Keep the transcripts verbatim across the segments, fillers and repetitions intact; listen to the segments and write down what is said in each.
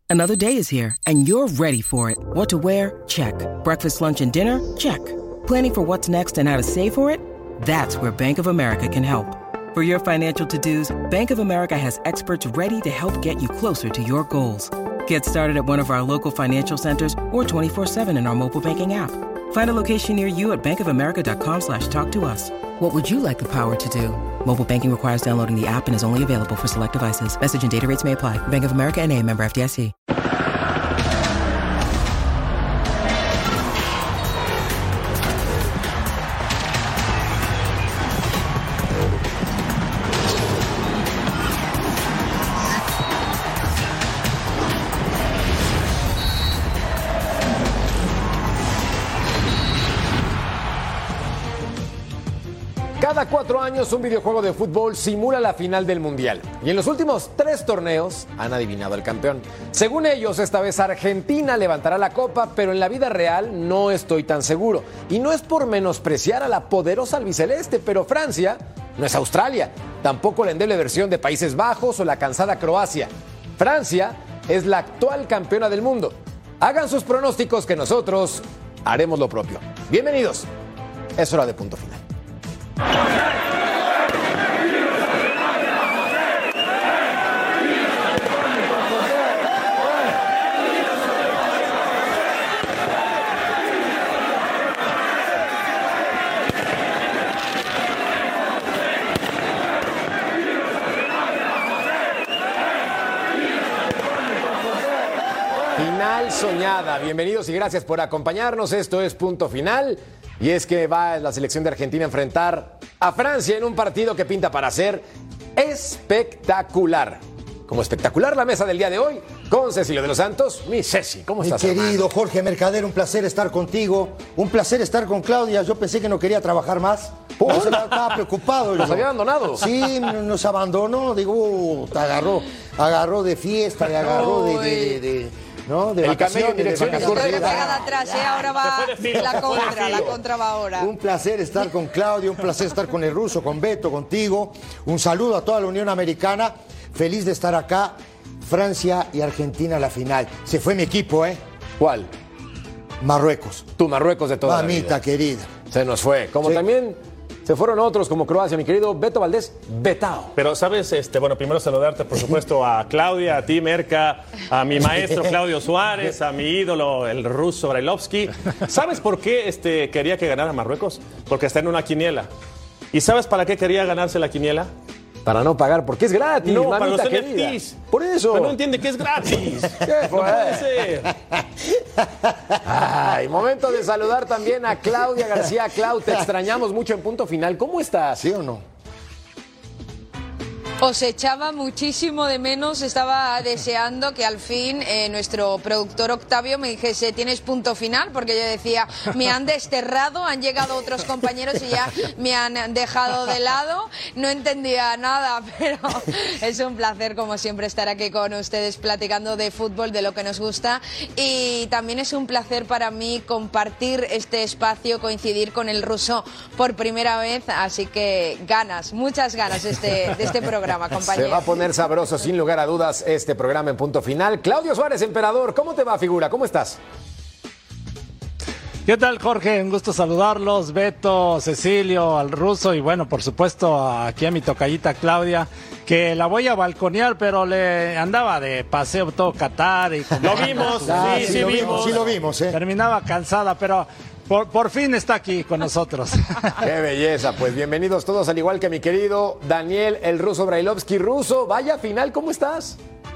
Another day is here, and you're ready for it. What to wear? Check. Breakfast, lunch, and dinner? Check. Planning for what's next and how to save for it? That's where Bank of America can help. For your financial to-dos, Bank of America has experts ready to help get you closer to your goals. Get started at one of our local financial centers or twenty-four seven in our mobile banking app. Find a location near you at bankofamerica.com slash talk to us. What would you like the power to do? Mobile banking requires downloading the app and is only available for select devices. Message and data rates may apply. Bank of America N A, member F D I C. Cada cuatro años un videojuego de fútbol simula la final del Mundial. Y en los últimos tres torneos han adivinado el campeón. Según ellos, esta vez Argentina levantará la copa, pero en la vida real no estoy tan seguro. Y no es por menospreciar a la poderosa albiceleste, pero Francia no es Australia. Tampoco la endeble versión de Países Bajos o la cansada Croacia. Francia es la actual campeona del mundo. Hagan sus pronósticos que nosotros haremos lo propio. Bienvenidos. Es hora de Punto Final. Final soñada. Bienvenidos y gracias por acompañarnos. Esto es Punto Final. Y es que va la selección de Argentina a enfrentar a Francia en un partido que pinta para ser espectacular. Como espectacular la mesa del día de hoy con Cecilio de los Santos. Mi Ceci, ¿cómo estás, Mi querido hermano? Jorge Mercader, un placer estar contigo. Un placer estar con Claudia. Yo pensé que no quería trabajar más. ¿Por? Yo estaba preocupado. ¿Nos yo. había abandonado? Sí, nos abandonó. Digo, uh, te agarró, agarró de fiesta, le agarró de... de, de, de ¿no? De el vacaciones, camello en dirección de a vacaciones. Estoy pegada atrás, ¿eh? Ahora va la contra, la contra va ahora. Un placer estar con Claudia, un placer estar con el ruso, con Beto, contigo. Un saludo a toda la Unión Americana. Feliz de estar acá. Francia y Argentina a la final. Se fue mi equipo, ¿eh? ¿Cuál? Marruecos. Tu Marruecos de toda Mamita la vida. querida. Se nos fue. Como Sí. también se fueron otros como Croacia, mi querido Beto Valdés, Betao. Pero, ¿sabes? Este, bueno, primero saludarte, por supuesto, a Claudia, a ti, Merca, a mi maestro Claudio Suárez, a mi ídolo, el ruso Brailovsky. ¿Sabes por qué este, quería que ganara Marruecos? Porque está en una quiniela. ¿Y sabes para qué quería ganarse la quiniela? Para no pagar, porque es gratis, No, para mamita los querida. N F Ts. Por eso. Pero no entiende que es gratis. ¿Qué fue? No puede ser. Ay, momento de saludar también a Claudia García. Clau, te extrañamos mucho en Punto Final. ¿Cómo estás? ¿Sí o no? Os echaba muchísimo de menos, estaba deseando que al fin eh, nuestro productor Octavio me dijese, ¿tienes punto final? Porque yo decía, me han desterrado, han llegado otros compañeros y ya me han dejado de lado. No entendía nada, pero es un placer como siempre estar aquí con ustedes platicando de fútbol, de lo que nos gusta. Y también es un placer para mí compartir este espacio, coincidir con el ruso por primera vez, así que ganas, muchas ganas de este, de este programa. Compañero. Se va a poner sabroso, sin lugar a dudas, este programa en Punto Final. Claudio Suárez, emperador, ¿cómo te va, figura? ¿Cómo estás? ¿Qué tal, Jorge? Un gusto saludarlos, Beto, Cecilio, al ruso y bueno, por supuesto, aquí a mi tocallita Claudia, que la voy a balconear, pero le andaba de paseo todo Qatar y como- Lo vimos, Ah, sí, sí, lo vimos. Sí lo vimos, ¿eh? terminaba cansada, pero por, por fin está aquí con nosotros. Qué belleza, pues bienvenidos todos, al igual que mi querido Daniel, el ruso Brailovsky. Ruso, vaya final, ¿cómo estás?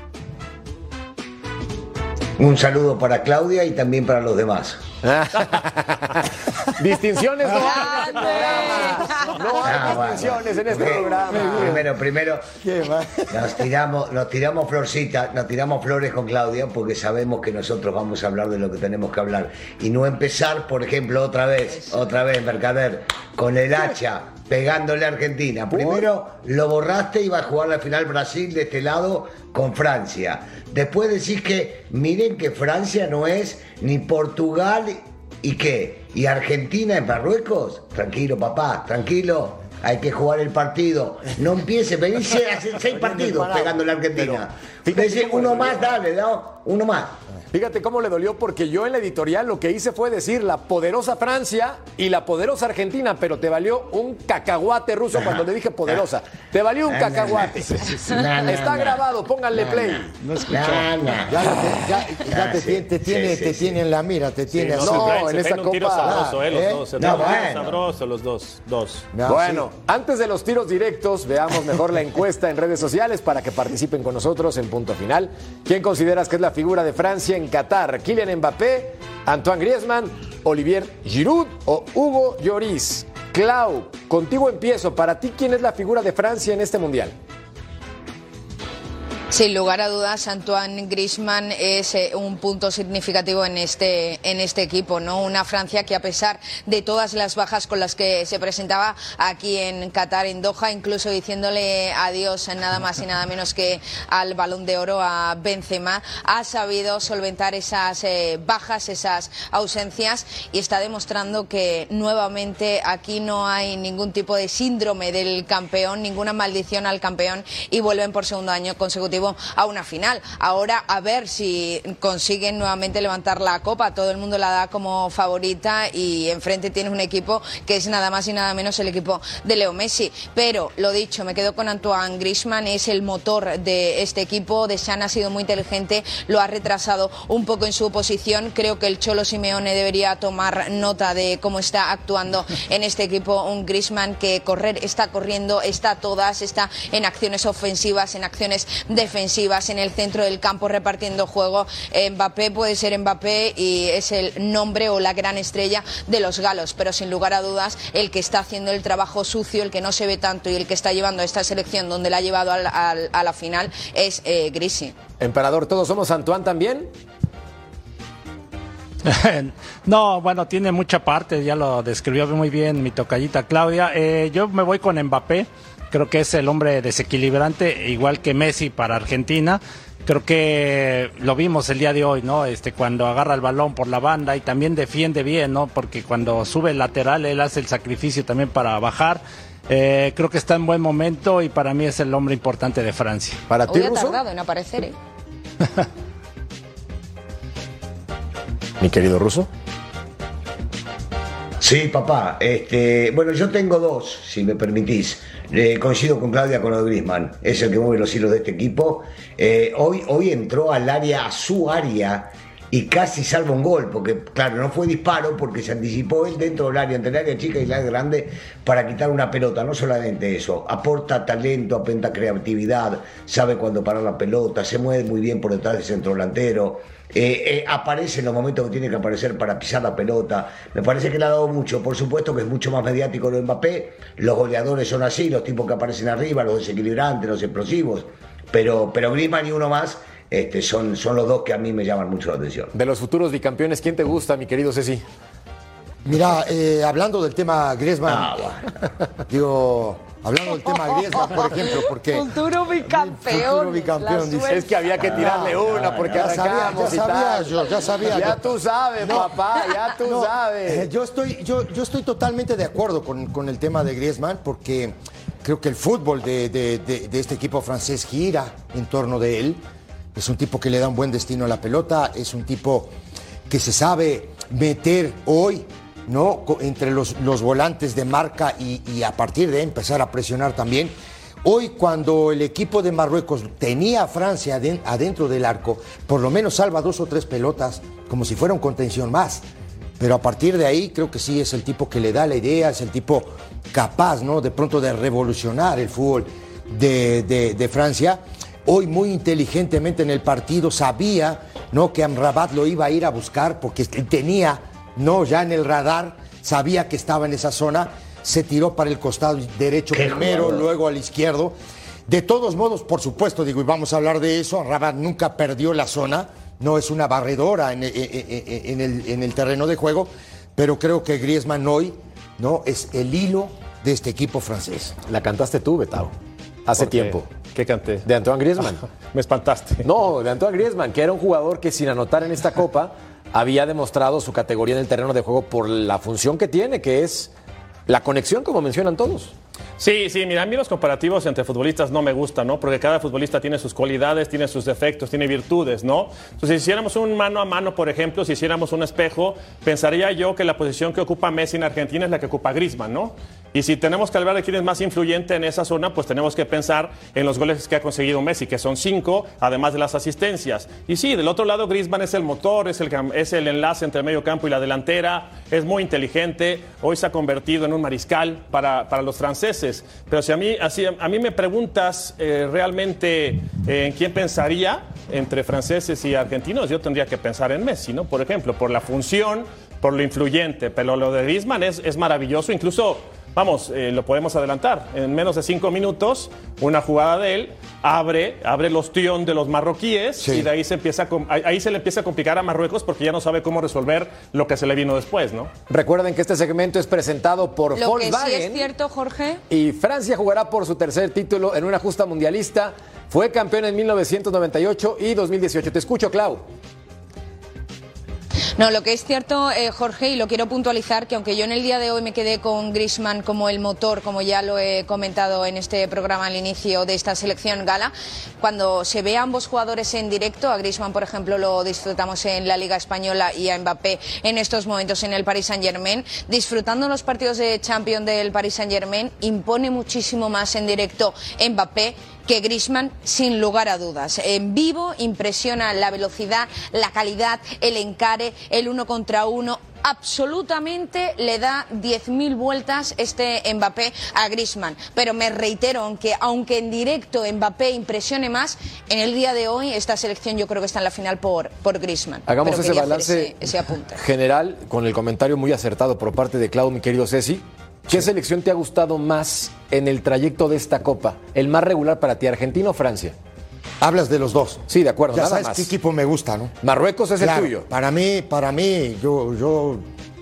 Un saludo para Claudia y también para los demás. Distinciones no hay en este ¡Grande! programa. No hay Ah, bueno. distinciones en este Pri- programa. Primero, primero, Qué mal. nos tiramos, nos tiramos florcitas, nos tiramos flores con Claudia porque sabemos que nosotros vamos a hablar de lo que tenemos que hablar. Y no empezar, por ejemplo, otra vez, otra vez, Mercader, con el hacha pegándole a Argentina. Primero lo borraste y va a jugar la final Brasil de este lado con Francia. Después decís que miren que Francia no es ni Portugal y qué, y Argentina en Marruecos. Tranquilo, papá, tranquilo. Hay que jugar el partido. No empiece, venís a hacer seis partidos pegándole a Argentina. Decís uno más, dale, ¿no? uno más. Fíjate cómo le dolió, porque yo en la editorial lo que hice fue decir la poderosa Francia y la poderosa Argentina, pero te valió un cacahuate ruso cuando le dije poderosa. Te valió un cacahuate. Está grabado, pónganle play. No escuchó. Ya, ya, ya te, tiene, te, tiene, te tiene en la mira, te tiene así. No, en esta un tiro copa. sabroso, eh, los ¿eh? dos. Se No, un tiro bueno. sabroso, los dos. Dos. No, Bueno, sí. antes de los tiros directos, veamos mejor la encuesta en redes sociales para que participen con nosotros en Punto Final. ¿Quién consideras que es la figura de Francia en Qatar? ¿Kylian Mbappé, Antoine Griezmann, Olivier Giroud o Hugo Lloris? Clau, contigo empiezo. Para ti, ¿quién es la figura de Francia en este Mundial? Sin lugar a dudas, Antoine Griezmann es eh, un punto significativo en este, en este equipo, ¿no? Una Francia que, a pesar de todas las bajas con las que se presentaba aquí en Qatar, en Doha, incluso diciéndole adiós nada más y nada menos que al Balón de Oro, a Benzema, ha sabido solventar esas eh, bajas, esas ausencias, y está demostrando que nuevamente aquí no hay ningún tipo de síndrome del campeón, ninguna maldición al campeón, y vuelven por segundo año consecutivo a una final. Ahora a ver si consiguen nuevamente levantar la copa. Todo el mundo la da como favorita y enfrente tienes un equipo que es nada más y nada menos el equipo de Leo Messi. Pero lo dicho, me quedo con Antoine Griezmann, es el motor de este equipo. Deschamps ha sido muy inteligente, lo ha retrasado un poco en su posición. Creo que el Cholo Simeone debería tomar nota de cómo está actuando en este equipo un Griezmann que correr está corriendo, está a todas, está en acciones ofensivas, en acciones defensivas, en el centro del campo repartiendo juego. Mbappé puede ser Mbappé y es el nombre o la gran estrella de los galos, pero sin lugar a dudas el que está haciendo el trabajo sucio, el que no se ve tanto y el que está llevando a esta selección donde la ha llevado al, al, a la final es eh, Grisi. Emperador, ¿todos somos Antoine también? No, bueno, tiene mucha parte, ya lo describió muy bien mi tocallita Claudia. Eh, yo me voy con Mbappé. Creo que es el hombre desequilibrante, igual que Messi para Argentina. Creo que lo vimos el día de hoy, ¿no? Este, cuando agarra el balón por la banda y también defiende bien, ¿no? Porque cuando sube el lateral, él hace el sacrificio también para bajar. Eh, creo que está en buen momento y para mí es el hombre importante de Francia. ¿Para ti, Hoy ha Russo? tardado en aparecer, ¿eh? Mi querido Russo. Sí, papá. Este, bueno, yo tengo dos, si me permitís. Eh, coincido con Claudia con lo de Griezmann. Es el que mueve los hilos de este equipo. Eh, hoy, hoy entró al área, a su área, y casi salva un gol, porque claro, no fue disparo, porque se anticipó él dentro del área, entre el área chica y el área grande, para quitar una pelota. No solamente eso, aporta talento, aporta creatividad, sabe cuándo parar la pelota, se mueve muy bien por detrás del centro delantero. Eh, eh, aparece en los momentos que tiene que aparecer para pisar la pelota. Me parece que le ha dado mucho. Por supuesto que es mucho más mediático lo de Mbappé. Los goleadores son así, los tipos que aparecen arriba, los desequilibrantes, los explosivos. Pero, pero Griezmann y uno más este, son, son los dos que a mí me llaman mucho la atención. De los futuros bicampeones, ¿quién te gusta, mi querido Ceci? Mira, eh, hablando del tema Griezmann, Ah, bueno. digo, hablando del tema Griezmann, por ejemplo, porque... Futuro bicampeón. Futuro bicampeón, La dice. Es que había que tirarle una porque ya sabía, arrancamos ya y sabía tal. yo, ya sabía Ya yo. tú sabes, No. papá, ya tú No, sabes. eh, yo, estoy, yo, yo estoy totalmente de acuerdo con, con el tema de Griezmann porque creo que el fútbol de, de, de, de este equipo francés gira en torno de él. Es un tipo que le da un buen destino a la pelota, es un tipo que se sabe meter hoy, ¿no? Entre los, los volantes de marca y, y a partir de ahí empezar a presionar también. Hoy, cuando el equipo de Marruecos tenía a Francia adentro del arco, por lo menos salva dos o tres pelotas, como si fuera un contención más. Pero a partir de ahí, creo que sí es el tipo que le da la idea, es el tipo capaz, ¿no? De pronto de revolucionar el fútbol de, de, de Francia. Hoy, muy inteligentemente en el partido, sabía, ¿no? Que Amrabat lo iba a ir a buscar porque tenía, ¿no? Ya en el radar, sabía que estaba en esa zona. Se tiró para el costado derecho primero, jugador. Luego al izquierdo. De todos modos, por supuesto, digo, y vamos a hablar de eso, Rabat nunca perdió la zona, no es una barredora en, en, en, el, en el terreno de juego, pero creo que Griezmann hoy, ¿no? Es el hilo de este equipo francés. La cantaste tú, Betao, hace ¿Por qué? tiempo. ¿Qué canté? De Antoine Griezmann. Me espantaste. No, de Antoine Griezmann, que era un jugador que sin anotar en esta Copa había demostrado su categoría en el terreno de juego por la función que tiene, que es la conexión, como mencionan todos. Sí, sí, mira, a mí los comparativos entre futbolistas no me gustan, ¿no? Porque cada futbolista tiene sus cualidades, tiene sus defectos, tiene virtudes, ¿no? Entonces, si hiciéramos un mano a mano, por ejemplo, si hiciéramos un espejo, pensaría yo que la posición que ocupa Messi en Argentina es la que ocupa Griezmann, ¿no? Y si tenemos que hablar de quién es más influyente en esa zona, pues tenemos que pensar en los goles que ha conseguido Messi, que son cinco, además de las asistencias. Y sí, del otro lado, Griezmann es el motor, es el, es el enlace entre el medio campo y la delantera, es muy inteligente, hoy se ha convertido en un mariscal para, para los franceses. Pero si a mí, así, a mí me preguntas eh, realmente eh, en quién pensaría entre franceses y argentinos, yo tendría que pensar en Messi, ¿no? Por ejemplo, por la función, por lo influyente, pero lo de Griezmann es, es maravilloso, incluso... Vamos, eh, lo podemos adelantar. En menos de cinco minutos, una jugada de él abre, abre el ostión de los marroquíes sí. y de ahí se, empieza a, ahí se le empieza a complicar a Marruecos porque ya no sabe cómo resolver lo que se le vino después, ¿no? Recuerden que este segmento es presentado por lo Volkswagen. Lo que sí es cierto, Jorge. Y Francia jugará por su tercer título en una justa mundialista. Fue campeón en mil novecientos noventa y ocho y dos mil dieciocho. Te escucho, Clau. No, lo que es cierto, eh, Jorge, y lo quiero puntualizar, que aunque yo en el día de hoy me quedé con Griezmann como el motor, como ya lo he comentado en este programa al inicio de esta selección gala, cuando se ve a ambos jugadores en directo, a Griezmann, por ejemplo, lo disfrutamos en la Liga Española y a Mbappé en estos momentos en el Paris Saint-Germain, disfrutando los partidos de Champions del Paris Saint-Germain, impone muchísimo más en directo Mbappé que Griezmann, sin lugar a dudas. En vivo impresiona la velocidad, la calidad, el encare, el uno contra uno. Absolutamente le da diez mil vueltas este Mbappé a Griezmann. Pero me reitero, aunque, aunque en directo Mbappé impresione más, en el día de hoy esta selección yo creo que está en la final por, por Griezmann. Hagamos Pero ese balance ese, ese apunte general con el comentario muy acertado por parte de Clau, mi querido Ceci. ¿Qué sí. selección te ha gustado más en el trayecto de esta Copa? ¿El más regular para ti, Argentina o Francia? Hablas de los dos. Sí, de acuerdo, ya nada sabes más. qué equipo me gusta, ¿no? Marruecos es claro, el tuyo. Para mí, para mí, yo, yo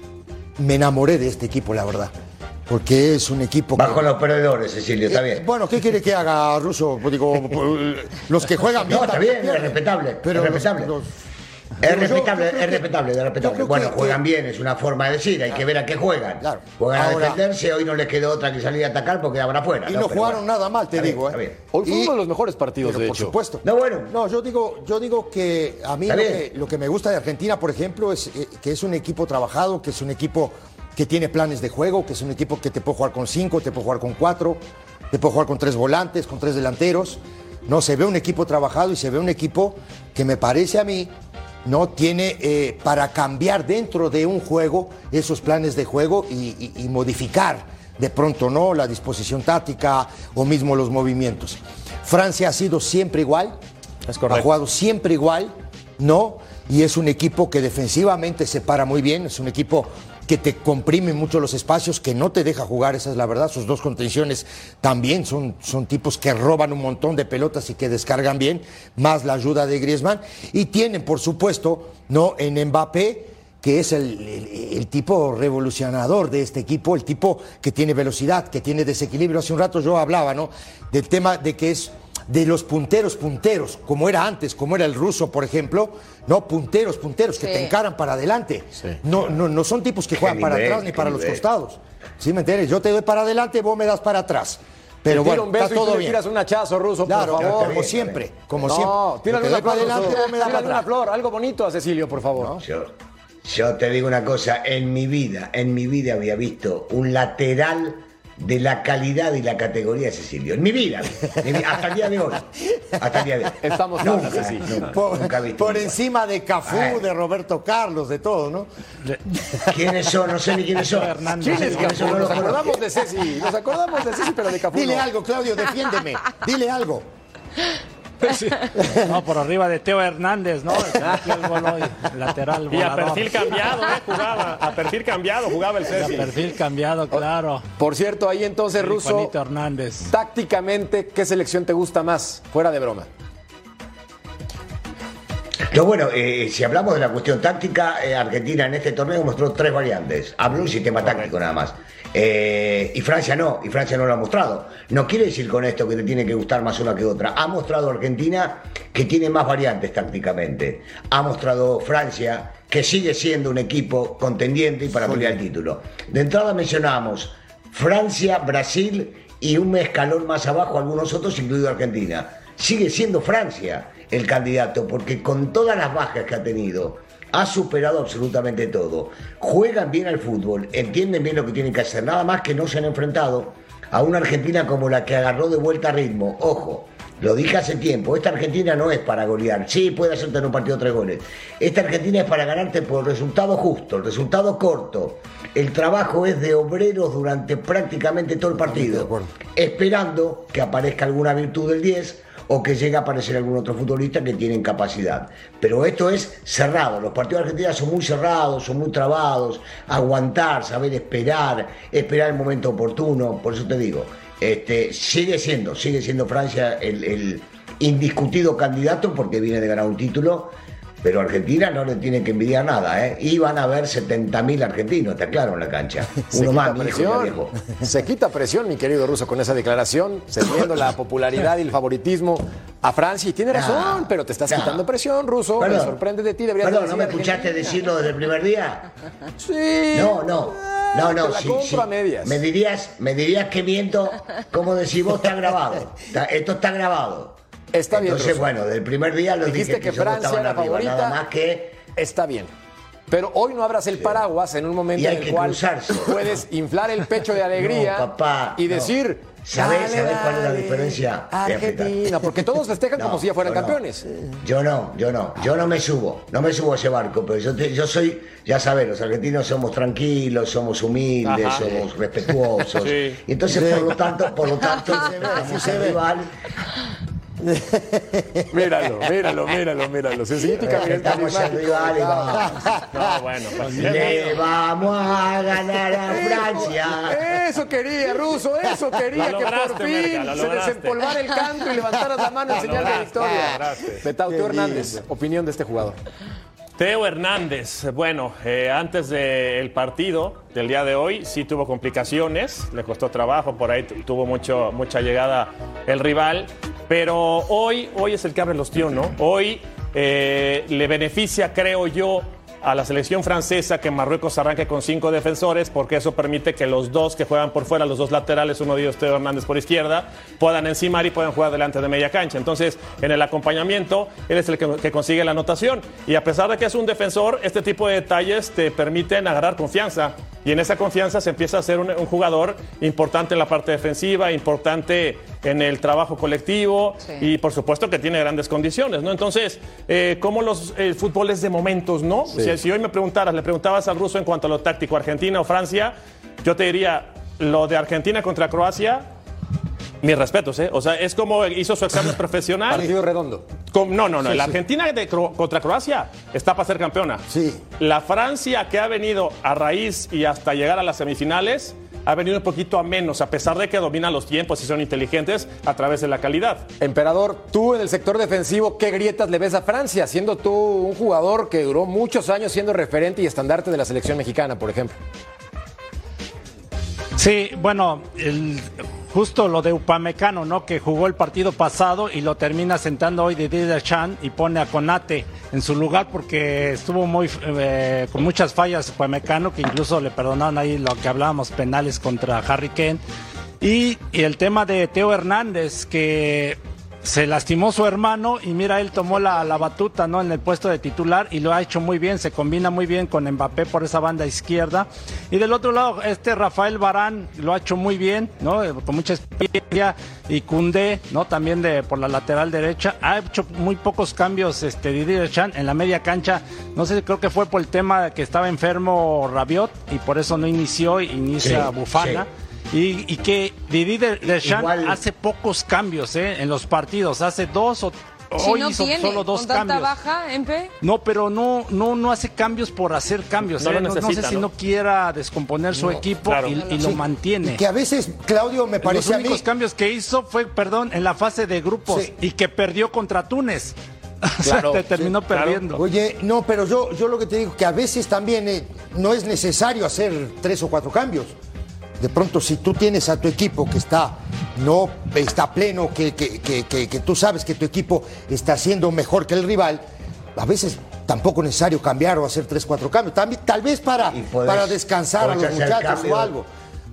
me enamoré de este equipo, la verdad. Porque es un equipo Bajo que... los perdedores, Cecilio, está bien. Eh, bueno, ¿qué quiere que haga, Russo? Pues digo, los que juegan bien... No, está bien, es respetable, pero es respetable. Los, los... Es Pero respetable, yo, yo es respetable, es respetable. Bueno, que, juegan que... bien, es una forma de decir, hay claro. que ver a qué juegan. Claro. Juegan Ahora, a defenderse, hoy no les quedó otra que salir a atacar porque habrá afuera. Y no, no jugaron bueno. nada mal, te está digo. Bien, ¿eh? Hoy fue uno de los mejores partidos, de por hecho. Por supuesto. No, bueno. No, yo digo, yo digo que a mí lo que, lo que me gusta de Argentina, por ejemplo, es eh, que es un equipo trabajado, que es un equipo que tiene planes de juego, que es un equipo que te puede jugar con cinco, te puede jugar con cuatro, te puede jugar con tres volantes, con tres delanteros. No, se ve un equipo trabajado y se ve un equipo que me parece a mí no tiene eh, para cambiar dentro de un juego esos planes de juego y, y, y modificar de pronto no la disposición táctica o mismo los movimientos. Francia ha sido siempre igual, es correcto. Ha jugado siempre igual, no, y es un equipo que defensivamente se para muy bien, es un equipo que te comprime mucho los espacios, que no te deja jugar, esa es la verdad. Sus dos contenciones también son, son tipos que roban un montón de pelotas y que descargan bien, más la ayuda de Griezmann. Y tienen, por supuesto, ¿no? en Mbappé, que es el, el, el tipo revolucionador de este equipo, el tipo que tiene velocidad, que tiene desequilibrio. Hace un rato yo hablaba, ¿no? del tema de que es de los punteros, punteros, como era antes, como era el ruso, por ejemplo, no, punteros, punteros, que sí. te encaran para adelante. Sí. No, no, no son tipos que juegan para atrás ni para los costados. ¿Sí me entiendes? Yo te doy para adelante, vos me das para atrás. Pero bueno, un beso está todo y tú bien. Le tiras un hachazo, Ruso, claro, por favor. como bien, siempre, como no, siempre. Tírale una flor, adelante, Ruso. vos me das Tírale para una flor, algo bonito a Cecilio, por favor. ¿No? Yo, yo te digo una cosa, en mi vida, en mi vida había visto un lateral de la calidad y la categoría de Cecilio. En mi vida, en mi, hasta el día de hoy. Hasta el día de hoy. Estamos nunca, así. nunca, por, nunca visto por igual. encima de Cafú, Ay. de Roberto Carlos, de todo, ¿no? ¿Quiénes son? No sé ni quiénes son. ¿Quién es Cafú? Nos acordamos de Ceci, nos acordamos de Ceci, pero de Cafú. Dile no. algo, Claudio, defiéndeme. Dile algo. Sí. No, por arriba de Teo Hernández, ¿no? El gol hoy, lateral volador. Y a perfil cambiado, ¿eh? Jugaba. A perfil cambiado jugaba el Ceci. A perfil cambiado, claro. Por cierto, ahí entonces, Ruso, Juanito Hernández. Tácticamente, ¿qué selección te gusta más? Fuera de broma. No, bueno, eh, si hablamos de la cuestión táctica, eh, Argentina en este torneo mostró tres variantes. Habló un sistema táctico nada más. Eh, y Francia no, y Francia no lo ha mostrado. No quiere decir con esto que te tiene que gustar más una que otra. Ha mostrado Argentina que tiene más variantes tácticamente. Ha mostrado Francia que sigue siendo un equipo contendiente y para pelear el título. De entrada mencionamos Francia, Brasil y un escalón más abajo algunos otros, incluido Argentina. Sigue siendo Francia el candidato, porque con todas las bajas que ha tenido, ha superado absolutamente todo. Juegan bien al fútbol, entienden bien lo que tienen que hacer, nada más que no se han enfrentado a una Argentina como la que agarró de vuelta a ritmo. Ojo, lo dije hace tiempo, esta Argentina no es para golear, sí puede hacerte en un partido tres goles. Esta Argentina es para ganarte por el resultado justo, el resultado corto. El trabajo es de obreros durante prácticamente todo el partido, esperando que aparezca alguna virtud del diez o que llegue a aparecer algún otro futbolista que tienen capacidad. Pero esto es cerrado, los partidos de Argentina son muy cerrados, son muy trabados, aguantar, saber esperar, esperar el momento oportuno, por eso te digo, este, sigue siendo, sigue siendo Francia el, el indiscutido candidato porque viene de ganar un título, pero Argentina no le tiene que envidiar nada, ¿eh? Y van a haber setenta mil argentinos, está claro, en la cancha. Uno más, mi hijo ya viejo. Se quita presión, mi querido Russo, con esa declaración, cediendo la popularidad y el favoritismo a Francia. Y tiene razón, no, pero te estás no. quitando presión, Russo. Perdón, me sorprende de ti. Deberías perdón, decir ¿no me Argentina. escuchaste decirlo desde el primer día? Sí. No, no. No, no, te la sí, compro sí. a medias. Me dirías, me dirías que miento, como decís vos, está grabado. Está- esto está grabado. Está bien, Entonces, Russo. bueno, del primer día lo Dijiste dije que que, yo no Francia estaba era arriba, favorita. nada más que... Está bien. Pero hoy no abras el paraguas en un momento Y hay en el que cual cruzarse. puedes inflar el pecho de alegría No, papá, y no. decir, ¿Sabés- dale, sabés cuál es la dale, diferencia? Voy a Argentina, explicar. porque todos festejan No, como si ya fueran yo no. campeones. Yo no, yo no, yo no me subo, no me subo a ese barco, pero yo, te- yo soy, ya sabes, los argentinos somos tranquilos, somos humildes, Ajá. somos respetuosos. Sí. Y entonces, por lo tanto, por lo tanto, estamos en rival. Míralo, míralo, míralo, míralo. Sencillito y Estamos en rival y vamos. No, bueno, pues, Le vamos a ganar a Francia. Eso quería, Russo, eso quería, Lo que por lograste, fin Merca, lo se lograste. desempolvara el canto y levantaras la mano en Lo señal de lograste, victoria. lo lograste. Betao, Teo Hernández, opinión de este jugador. Teo Hernández, bueno, eh, antes del partido del día de hoy sí tuvo complicaciones, le costó trabajo, por ahí tu- tuvo mucho, mucha llegada el rival, pero hoy, hoy es el que abre los tíos, ¿no? Hoy eh, le beneficia, creo yo, a la selección francesa que Marruecos arranque con cinco defensores, porque eso permite que los dos que juegan por fuera, los dos laterales, uno de ellos Teo Hernández por izquierda, puedan encimar y puedan jugar delante de media cancha. Entonces, en el acompañamiento, él es el que, que consigue la anotación. Y a pesar de que es un defensor, este tipo de detalles te permiten agarrar confianza. Y en esa confianza se empieza a ser un, un jugador importante en la parte defensiva, importante en el trabajo colectivo Sí. y por supuesto que tiene grandes condiciones, ¿no? Entonces, eh, ¿cómo los, el fútbol es de momentos, no? Si, si hoy me preguntaras, le preguntabas al Russo en cuanto a lo táctico, Argentina o Francia, yo te diría, lo de Argentina contra Croacia, mis respetos, ¿eh? O sea, es como hizo su examen profesional. Partido redondo. Com- No, no, no. Sí, la sí. Argentina de Cro- contra Croacia está para ser campeona. Sí. La Francia que ha venido a raíz y hasta llegar a las semifinales ha venido un poquito a menos, a pesar de que dominan los tiempos y son inteligentes a través de la calidad. Emperador, tú en el sector defensivo, ¿qué grietas le ves a Francia? Siendo tú un jugador que duró muchos años siendo referente y estandarte de la selección mexicana, por ejemplo. Sí, bueno, el, justo lo de Upamecano, ¿no? Que jugó el partido pasado y lo termina sentando hoy Didier Deschamps y pone a Konate en su lugar porque estuvo muy eh, con muchas fallas Upamecano, que incluso le perdonaron ahí lo que hablábamos, penales contra Harry Kane. Y, y el tema de Teo Hernández, que se lastimó su hermano y mira, él tomó la, la batuta, ¿no? En el puesto de titular y lo ha hecho muy bien, se combina muy bien con Mbappé por esa banda izquierda. Y del otro lado, este Rafael Varane lo ha hecho muy bien, ¿no? Con mucha experiencia, y Koundé, ¿no? También de por la lateral derecha. Ha hecho muy pocos cambios este Didier Deschamps en la media cancha. No sé, creo que fue por el tema de que estaba enfermo Rabiot y por eso no inició, inicia Sí, Bufana. sí. Y, y que Didier Deschamps Igual- hace pocos cambios ¿eh? en los partidos, hace dos o Si hoy no hizo tiene, solo dos con tanta cambios. baja, Empe. No, pero no, no, no hace cambios por hacer cambios. No ¿eh? lo No, no necesita, sé si ¿no? no quiera descomponer su equipo claro. y, y lo Sí. mantiene. Y que a veces, Claudio, me Los parece a mí... únicos cambios que hizo fue, perdón, en la fase de grupos Sí. y que perdió contra Túnez. O sea, Claro, te terminó sí, claro. perdiendo. Oye, no, pero yo, yo lo que te digo que a veces también eh, no es necesario hacer tres o cuatro cambios. De pronto, si tú tienes a tu equipo que está no está pleno, que, que, que, que, que tú sabes que tu equipo está haciendo mejor que el rival, a veces tampoco es necesario cambiar o hacer tres, cuatro cambios. También, tal vez para, Y podés- para descansar a podés los hacer muchachos cambio. o algo.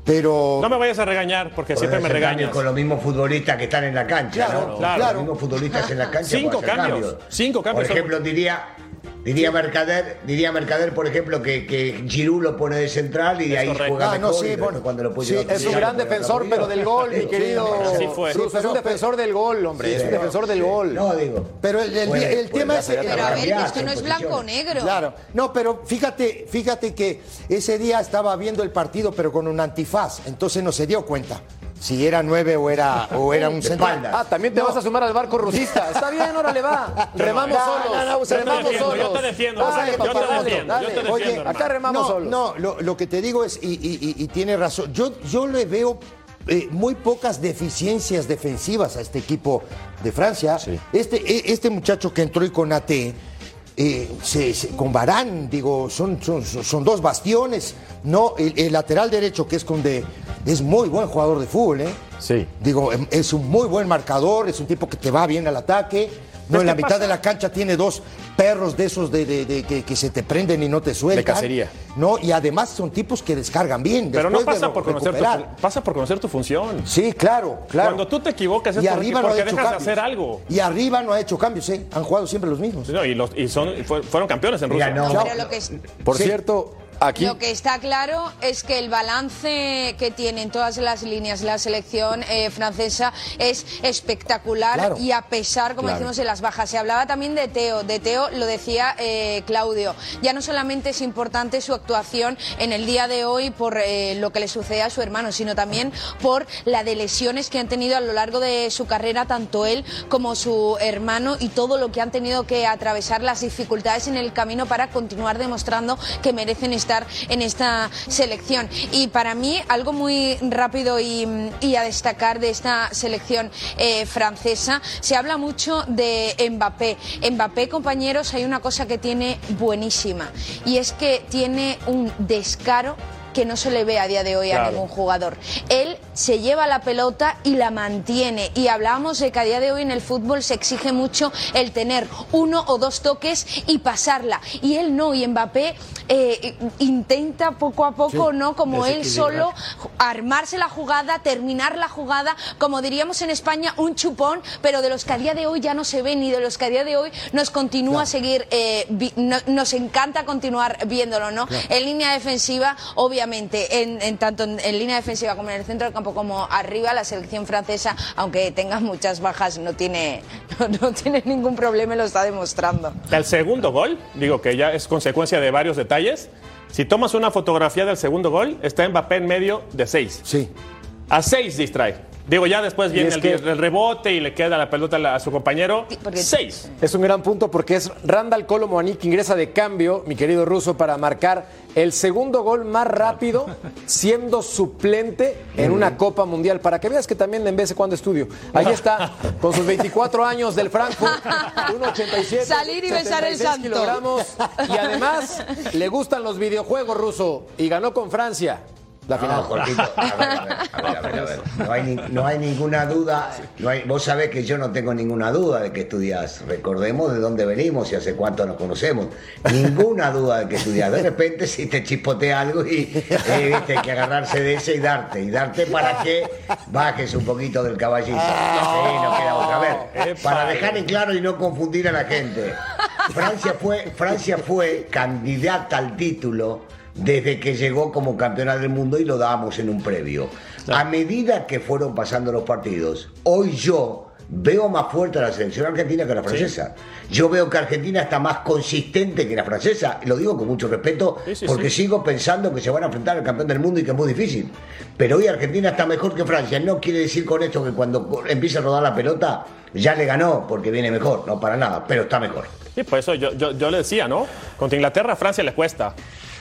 Pero... No me vayas a regañar, porque Podés siempre me hacer cambios regañas. con los mismos futbolistas que están en la cancha, Claro, ¿no? claro. Los mismos futbolistas en la cancha. Cinco pueden hacer cambios, cinco cambios Por son ejemplo, diría... Diría Mercader, diría Mercader, por ejemplo, que, que Giroud lo pone de central y de Es ahí correcto. juega Ah, mejor. no, sí, y bueno, cuando lo puede sí, llevar Es un por gran delante, defensor, por pero delante. del gol, mi Sí, querido. así fue. Russo, es un defensor del gol, hombre. Es un defensor del gol. No, digo. Pero el, el- puede- el puede tema es... hacer Pero a ver, que cambiarse esto no en es blanco o posiciones. negro. Claro, no, pero fíjate, fíjate que ese día estaba viendo el partido, pero con un antifaz, entonces no se dio cuenta si era nueve o era, o era un central. espaldas. Ah, también te No. vas a sumar al barco rusista. Está bien, órale, va. Remamos No, solos. no, no, yo te remamos defiendo, solos. yo te defiendo, Dale, yo te papá, dale, defiendo, dale. yo te Oye, defiendo, acá remamos no, solos. no, lo, lo que te digo es, y, y- y- y tiene razón, yo, yo le veo eh, muy pocas deficiencias defensivas a este equipo de Francia. Este, e- este muchacho que entró y con A T, eh, se- se- con Varane, digo, son, son, son son dos bastiones. No, el, el lateral derecho que es con de, es muy buen jugador de fútbol, ¿eh? Sí. Digo, em- es un muy buen marcador, es un tipo que te va bien al ataque. No, en la ¿qué mitad pasa? de la cancha tiene dos perros de esos de, de- de- que, que se te prenden y no te sueltan. De cacería. No, y además son tipos que descargan bien. Pero no después de pasa por, conocer tu, recuperar. fu- pasa por conocer tu función. Sí, claro, claro. Cuando tú te equivocas es y por- arriba no ha porque hecho dejas de cambios. hacer algo. Y arriba no ha hecho cambios, ¿eh? Han jugado siempre los mismos. No, y los, y son, fue- fueron campeones en Mira, Rusia. no. Chao. Pero lo que es- Por Sí. cierto, aquí. Lo que está claro es que el balance que tiene en todas las líneas la selección eh, francesa es espectacular Claro. y a pesar, como Claro. decimos, de las bajas. Se hablaba también de Teo. De Teo lo decía eh, Claudio. Ya no solamente es importante su actuación en el día de hoy por eh, lo que le sucede a su hermano, sino también por la de lesiones que han tenido a lo largo de su carrera, tanto él como su hermano, y todo lo que han tenido que atravesar, las dificultades en el camino para continuar demostrando que merecen estar en esta selección. Y para mí, algo muy rápido y, y a destacar de esta selección eh, francesa, se habla mucho de Mbappé. Mbappé, compañeros, hay una cosa que tiene buenísima, y es que tiene un descaro que no se le ve a día de hoy a Claro. ningún jugador. Él se lleva la pelota y la mantiene, y hablábamos de que a día de hoy en el fútbol se exige mucho el tener uno o dos toques y pasarla, y él no, y Mbappé eh, intenta poco a poco, Sí, no como él desequilibrar. solo, armarse la jugada, terminar la jugada, como diríamos en España, un chupón, pero de los que a día de hoy ya no se ven, y de los que a día de hoy nos continúa a seguir, eh, vi- no- nos encanta continuar viéndolo, ¿no? En línea defensiva, obviamente, en, en tanto en, en línea defensiva como en el centro del campo como arriba, la selección francesa, aunque tenga muchas bajas, no tiene, no, no tiene ningún problema y lo está demostrando. El segundo gol, digo que ya es consecuencia de varios detalles. Si tomas una fotografía del segundo gol, está Mbappé en medio de seis. Sí. A seis distrae. Digo, ya después viene es el, que- el rebote y le queda la pelota a, la- a su compañero. Sí, porque- Seis. Es un gran punto porque es Randall Kolo Muani que ingresa de cambio, mi querido Russo, para marcar el segundo gol más rápido siendo suplente en una Copa Mundial. Para que veas que también en vez de cuando estudio. Ahí está, con sus veinticuatro años del Frankfurt, uno ochenta y siete, Salir y besar el setenta y seis santo. kilogramos. Y además le gustan los videojuegos, Russo, y ganó con Francia la final. No, Jorgito, a ver, a ver, a ver, a ver, a ver. No hay, ni- no hay ninguna duda. No hay, vos sabés que yo no tengo ninguna duda de que estudiás. Recordemos de dónde venimos y hace cuánto nos conocemos. Ninguna duda de que estudiás. De repente si te chispotea algo y eh, viste, hay que agarrarse de ese y darte. Y darte para que bajes un poquito del caballito. Sí, no queda otra. A ver, para dejar en claro y no confundir a la gente. Francia fue, Francia fue candidata al título desde que llegó como campeona del mundo, y lo dábamos en un previo. A medida que fueron pasando los partidos, hoy yo veo más fuerte a la selección argentina que a la francesa. Yo veo que Argentina está más consistente que la francesa, y lo digo con mucho respeto, Sí, sí, porque sí. sigo pensando que se van a enfrentar al campeón del mundo y que es muy difícil. Pero hoy Argentina está mejor que Francia. No quiere decir con esto que cuando empiece a rodar la pelota ya le ganó porque viene mejor, no para nada, pero está mejor. Sí, por eso yo, yo, yo le decía, ¿no? Contra Inglaterra, a Francia le cuesta.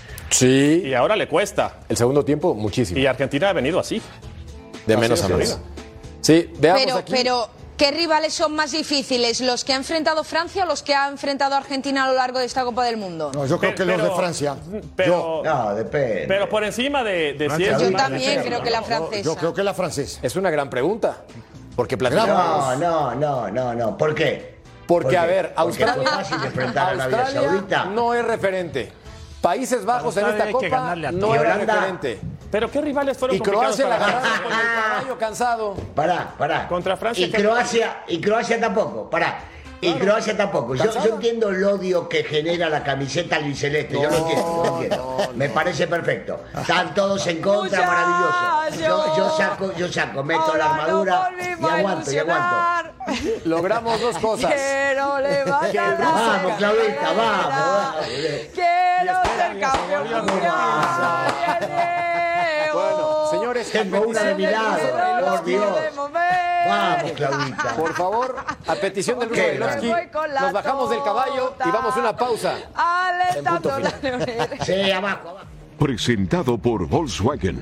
Sí. Y ahora le cuesta. El segundo tiempo, muchísimo. Y Argentina ha venido así. De Así menos de a más. seguido. Sí, veamos Pero, aquí. pero, ¿qué rivales son más difíciles? ¿Los que ha enfrentado Francia o los que ha enfrentado Argentina a lo largo de esta Copa del Mundo? No, yo creo que Pero- los de Francia. Pero, No, depende. pero por encima de, de si es- Yo Sí, también sí, creo que la Yo, francesa. yo creo que la francesa. Es una gran pregunta. Porque platicamos. No, no, no, no, no. ¿Por qué? Porque, ¿Por a qué? ver, Porque Australia, fue fácil enfrentar a Arabia Australia Saudita. no es referente. Países Bajos en Australia esta hay que Copa ganarle a no todos. era Holanda, referente. Pero ¿qué rivales fueron Y complicados Croacia la para agarraron con el caballo cansado. Pará, pará. Contra Francia, Y ¿qué? Croacia, y Croacia tampoco, pará. Y Croacia tampoco. Yo, yo entiendo el odio que genera la camiseta albiceleste. Yo lo entiendo, lo entiendo. no, Me parece perfecto. Están todos en contra, Muchachos. maravilloso. Yo, yo saco, yo saco, meto Ahora la armadura nos y volvimos a aguanto, y aguanto. ilusionar. Logramos dos cosas. Quiero levantar Que el la ruso- Vamos, Claudita, vamos, vamos. Quiero ser campeón mundial. Bueno, señores, Tengo una de mi lado, por Dios. Vamos, Claudita. por favor, a petición del Ruso Qué Bailovsky, Voy con la nos bajamos del caballo y vamos a una pausa. Alentando En la punto leonera. Sí, abajo, abajo. Presentado por Volkswagen.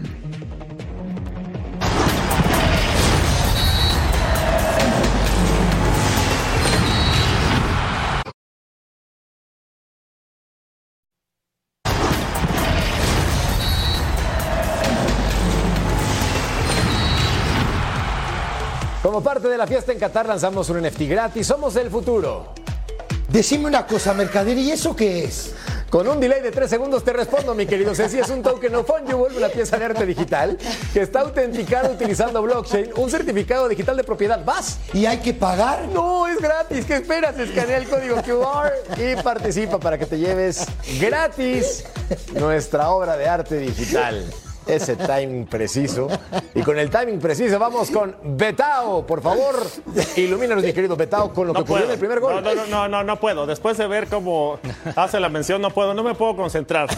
Como parte de la fiesta en Qatar lanzamos un N F T gratis. Somos el futuro. Decime una cosa, Mercader, ¿y eso qué es? Con un delay de tres segundos te respondo, mi querido Ceci. Es un token no fungible, una pieza de arte digital que está autenticada utilizando blockchain, un certificado digital de propiedad. ¿Vas? ¿Y hay que pagar? No, es gratis. ¿Qué esperas? Escanea el código Q R y participa para que te lleves gratis nuestra obra de arte digital. Ese timing preciso. Y con el timing preciso vamos con Betao. Por favor, ilumínanos, mi querido Betao, con lo que No ocurrió puedo. en el primer gol. No, no, no, no, no puedo. Después de ver cómo hace la mención, no puedo, no me puedo concentrar.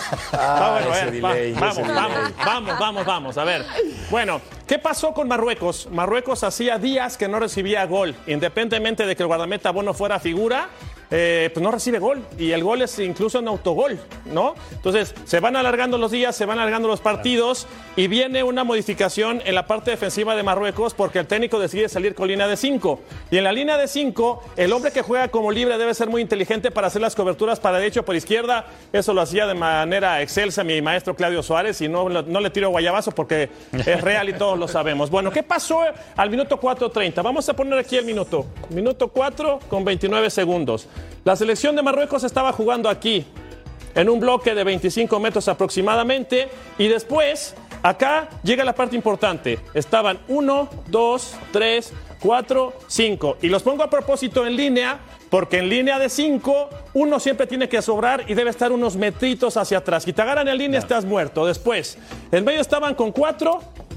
Ah, Ah, bueno, a ese ver, va, delay, ese vamos, delay. vamos, vamos, vamos, vamos. A ver. Bueno, ¿qué pasó con Marruecos? Marruecos hacía días que no recibía gol. Independientemente de que el guardameta Bono fuera figura, eh, pues no recibe gol. Y el gol es incluso un autogol, ¿no? Entonces, se van alargando los días, se van alargando los partidos y viene una modificación en la parte defensiva de Marruecos porque el técnico decide salir con línea de cinco. Y en la línea de cinco, el hombre que juega como libre debe ser muy inteligente para hacer las coberturas para derecha o por izquierda. Eso lo hacía de manera excelsa mi maestro Claudio Suárez y no, no le tiro guayabazo porque es real y todos lo sabemos. Bueno, ¿qué pasó al minuto cuatro treinta? Vamos a poner aquí el minuto. Minuto cuatro con veintinueve segundos. La selección de Marruecos estaba jugando aquí, en un bloque de veinticinco metros aproximadamente, y después, acá llega la parte importante. Estaban uno, dos, tres, cuatro, cinco. Y los pongo a propósito en línea, porque en línea de cinco, uno siempre tiene que sobrar y debe estar unos metritos hacia atrás. Si te agarran en línea, estás muerto. Después, en medio estaban con cuatro,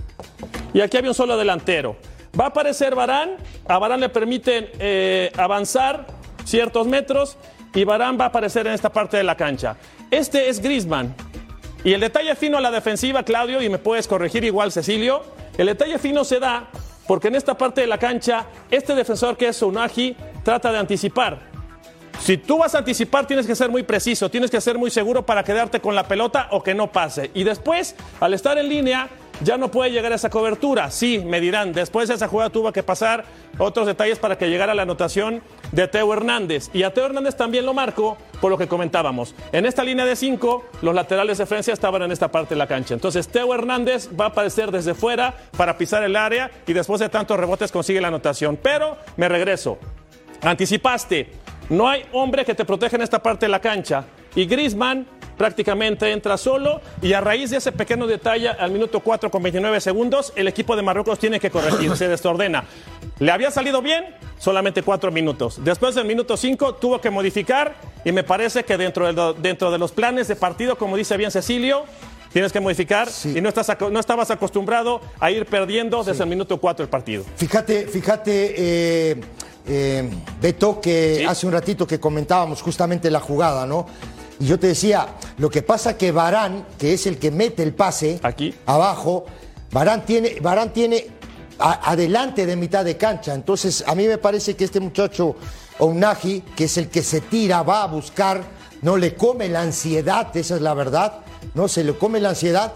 y aquí había un solo delantero. Va a aparecer Varane, a Varane le permiten eh, avanzar ciertos metros, y Varane va a aparecer en esta parte de la cancha. Este es Griezmann. Y el detalle fino a la defensiva, Claudio, y me puedes corregir igual, Cecilio, el detalle fino se da porque en esta parte de la cancha, este defensor que es Ounahi trata de anticipar. Si tú vas a anticipar, tienes que ser muy preciso, tienes que ser muy seguro para quedarte con la pelota o que no pase. Y después, al estar en línea, ya no puede llegar a esa cobertura. Sí, me dirán, después de esa jugada tuvo que pasar otros detalles para que llegara la anotación de Teo Hernández. Y a Teo Hernández también lo marco por lo que comentábamos. En esta línea de cinco, los laterales de Francia estaban en esta parte de la cancha. Entonces, Teo Hernández va a aparecer desde fuera para pisar el área y después de tantos rebotes consigue la anotación. Pero me regreso. Anticipaste. No hay hombre que te proteja en esta parte de la cancha. Y Griezmann prácticamente entra solo y a raíz de ese pequeño detalle al minuto cuatro con veintinueve segundos el equipo de Marruecos tiene que corregir, se desordena. Le había salido bien solamente cuatro minutos. Después del minuto cinco tuvo que modificar y me parece que dentro de, dentro de los planes de partido, como dice bien Cecilio, tienes que modificar sí. y no, estás, no estabas acostumbrado a ir perdiendo desde sí. el minuto cuatro el partido. Fíjate, fíjate, eh, eh, Beto, que ¿sí? hace un ratito que comentábamos justamente la jugada, ¿no? Y yo te decía, lo que pasa que Varane, que es el que mete el pase aquí abajo, Varane tiene, Varane tiene a, adelante de mitad de cancha. Entonces, a mí me parece que este muchacho Ounahi, que es el que se tira, va a buscar, no le come la ansiedad, esa es la verdad, no se le come la ansiedad.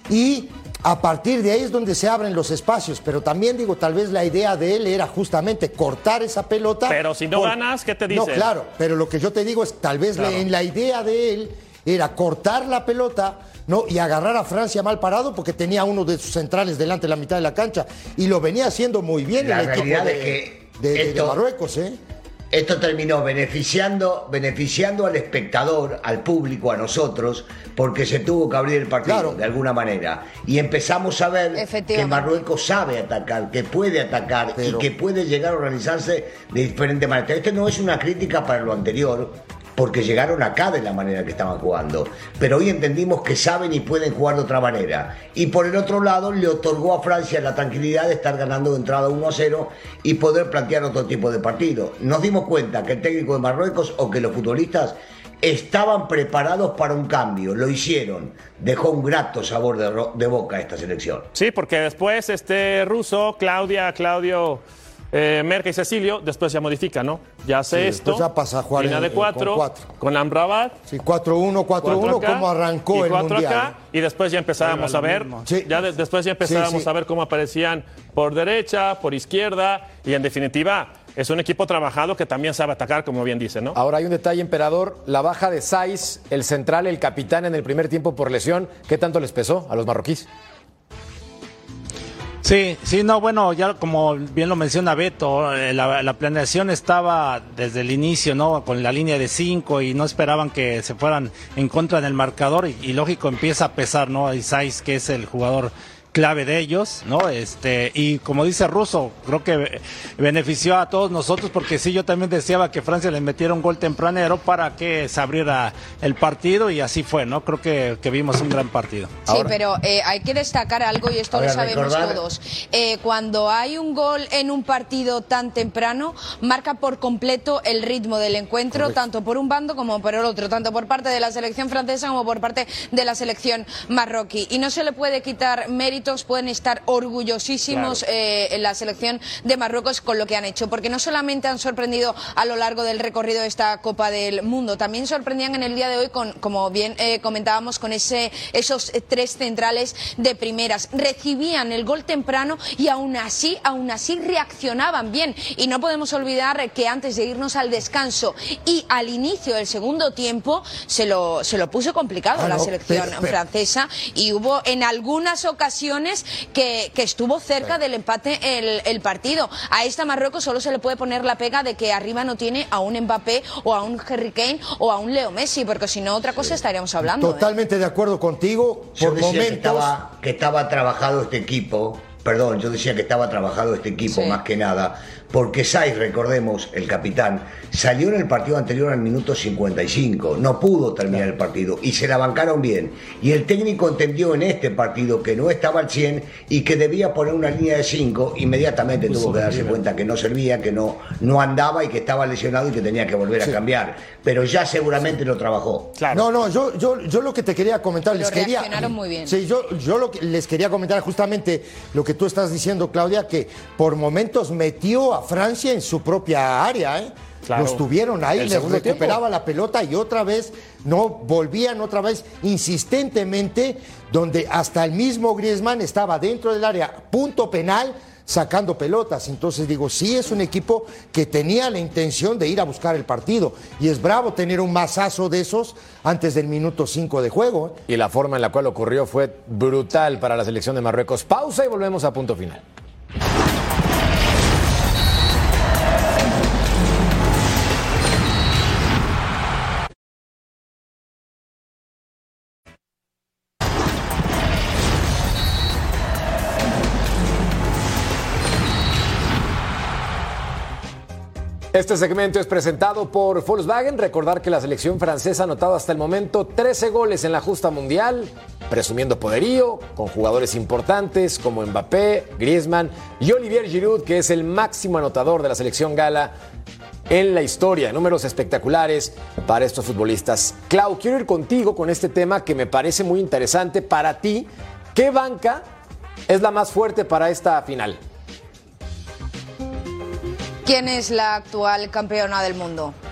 Y a partir de ahí es donde se abren los espacios. Pero también digo, tal vez la idea de él era justamente cortar esa pelota. Pero si no por... ganas, ¿qué te dicen? No, claro, pero lo que yo te digo es, tal vez claro. en la idea de él era cortar la pelota, ¿no? Y agarrar a Francia mal parado porque tenía uno de sus centrales delante de la mitad de la cancha. Y lo venía haciendo muy bien la el equipo de, de, que de, esto... de Marruecos, ¿eh? Esto terminó beneficiando, beneficiando al espectador, al público, a nosotros, porque se tuvo que abrir el partido, claro, de alguna manera. Y empezamos a ver que Marruecos sabe atacar, que puede atacar, pero... y que puede llegar a organizarse de diferente manera. Esto no es una crítica para lo anterior, porque llegaron acá de la manera que estaban jugando. Pero hoy entendimos que saben y pueden jugar de otra manera. Y por el otro lado, le otorgó a Francia la tranquilidad de estar ganando de entrada uno a cero y poder plantear otro tipo de partido. Nos dimos cuenta que el técnico de Marruecos o que los futbolistas estaban preparados para un cambio, lo hicieron. Dejó un grato sabor de, de boca esta selección. Sí, porque después este ruso, Claudia, Claudio... Eh, Merca y Cecilio, después ya modifica, ¿no? Ya hace sí, esto. Ya pasa a jugar línea en, de cuatro, con cuatro. Con Amrabat. Sí, cuatro uno, cuatro uno, como arrancó el mundial. Acá, y después ya empezábamos a ver, sí. ya de, después ya empezábamos sí, sí. a ver cómo aparecían por derecha, por izquierda, y en definitiva es un equipo trabajado que también sabe atacar, como bien dice, ¿no? Ahora hay un detalle, emperador, la baja de Saiz, el central, el capitán en el primer tiempo por lesión, ¿qué tanto les pesó a los marroquíes? Sí, sí, no, bueno, ya como bien lo menciona Beto, la, la planeación estaba desde el inicio, ¿no? Con la línea de cinco y no esperaban que se fueran en contra del marcador y, y lógico empieza a pesar, ¿no? Y Saiz, que es el jugador clave de ellos, ¿no? Este, y como dice Russo, creo que benefició a todos nosotros, porque sí, yo también deseaba que Francia les metiera un gol tempranero para que se abriera el partido, y así fue, ¿no? Creo que, que vimos un gran partido. Sí, ahora, pero eh, hay que destacar algo, y esto ahora, lo sabemos recordar... todos. Eh, cuando hay un gol en un partido tan temprano, marca por completo el ritmo del encuentro, correcto, tanto por un bando como por el otro, tanto por parte de la selección francesa como por parte de la selección marroquí. Y no se le puede quitar mérito, pueden estar orgullosísimos, claro, eh, en la selección de Marruecos con lo que han hecho, porque no solamente han sorprendido a lo largo del recorrido de esta Copa del Mundo, también sorprendían en el día de hoy con, como bien eh, comentábamos, con ese, esos tres centrales de primeras, recibían el gol temprano y aún así, aún así reaccionaban bien, y no podemos olvidar que antes de irnos al descanso y al inicio del segundo tiempo se lo, se lo puso complicado ah, la no, selección pero, pero... francesa, y hubo en algunas ocasiones Que, que estuvo cerca del empate el, el partido. A esta Marruecos solo se le puede poner la pega de que arriba no tiene a un Mbappé o a un Harry Kane o a un Leo Messi, porque si no otra cosa estaríamos hablando. Totalmente ¿eh? de acuerdo contigo. Yo por decía momentos... que estaba, que estaba trabajado este equipo, perdón, yo decía que estaba trabajado este equipo sí. más que nada, porque Saiz, recordemos, el capitán, salió en el partido anterior al minuto cincuenta y cinco, no pudo terminar el partido y se la bancaron bien. Y el técnico entendió en este partido que no estaba al cien y que debía poner una línea de cinco, inmediatamente Uso tuvo que darse bien. cuenta que no servía, que no, no andaba y que estaba lesionado y que tenía que volver sí. a cambiar. Pero ya seguramente lo trabajó. Claro. No, no, yo, yo, yo lo que te quería comentar, Pero les quería... reaccionaron muy bien. Sí, yo, yo lo que les quería comentar justamente lo que tú estás diciendo, Claudia, que por momentos metió a Francia en su propia área, ¿eh? Claro. Los tuvieron ahí, les recuperaba tiempo. la pelota y otra vez no volvían otra vez insistentemente, donde hasta el mismo Griezmann estaba dentro del área, punto penal, sacando pelotas. Entonces digo, sí es un equipo que tenía la intención de ir a buscar el partido, y es bravo tener un mazazo de esos antes del minuto cinco de juego, ¿eh? Y la forma en la cual ocurrió fue brutal para la selección de Marruecos. Pausa y volvemos a punto final. Este segmento es presentado por Volkswagen. Recordar que la selección francesa ha anotado hasta el momento trece goles en la justa mundial, presumiendo poderío, con jugadores importantes como Mbappé, Griezmann y Olivier Giroud, que es el máximo anotador de la selección gala en la historia. Números espectaculares para estos futbolistas. Clau, quiero ir contigo con este tema que me parece muy interesante. Para ti, ¿qué banca es la más fuerte para esta final? ¿Quién es la actual campeona del mundo?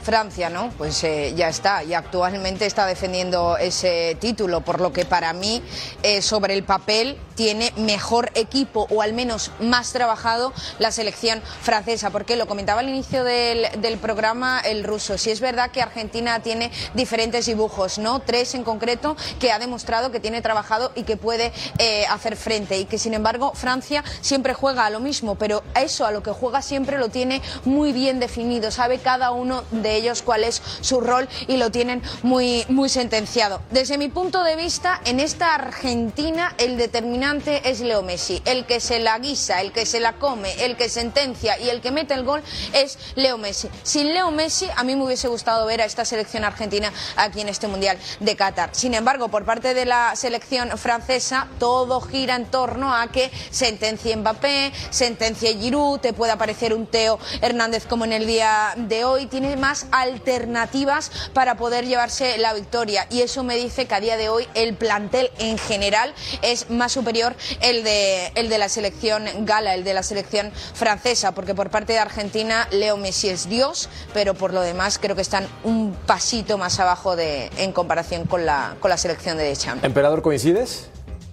Francia, ¿no? Pues eh, ya está, y actualmente está defendiendo ese título, por lo que para mí, eh, sobre el papel, tiene mejor equipo, o al menos más trabajado, la selección francesa, porque lo comentaba al inicio del, del programa el ruso, si es verdad que Argentina tiene diferentes dibujos, ¿no? Tres en concreto, que ha demostrado que tiene trabajado y que puede eh, hacer frente, y que sin embargo Francia siempre juega a lo mismo, pero eso a lo que juega siempre lo tiene muy bien definido, sabe cada uno de ellos cuál es su rol y lo tienen muy, muy sentenciado. Desde mi punto de vista, en esta Argentina el determinante es Leo Messi, el que se la guisa, el que se la come, el que sentencia y el que mete el gol es Leo Messi. Sin Leo Messi a mí me hubiese gustado ver a esta selección argentina aquí en este Mundial de Qatar. Sin embargo, por parte de la selección francesa todo gira en torno a que sentencie Mbappé, sentencie Giroud, te puede aparecer un Teo Hernández como en el día de hoy, tiene más alternativas para poder llevarse la victoria, y eso me dice que a día de hoy el plantel en general es más superior el de, el de la selección gala, el de la selección francesa, porque por parte de Argentina Leo Messi es Dios, pero por lo demás creo que están un pasito más abajo de, en comparación con la, con la selección de Deschamps. ¿Emperador, coincides?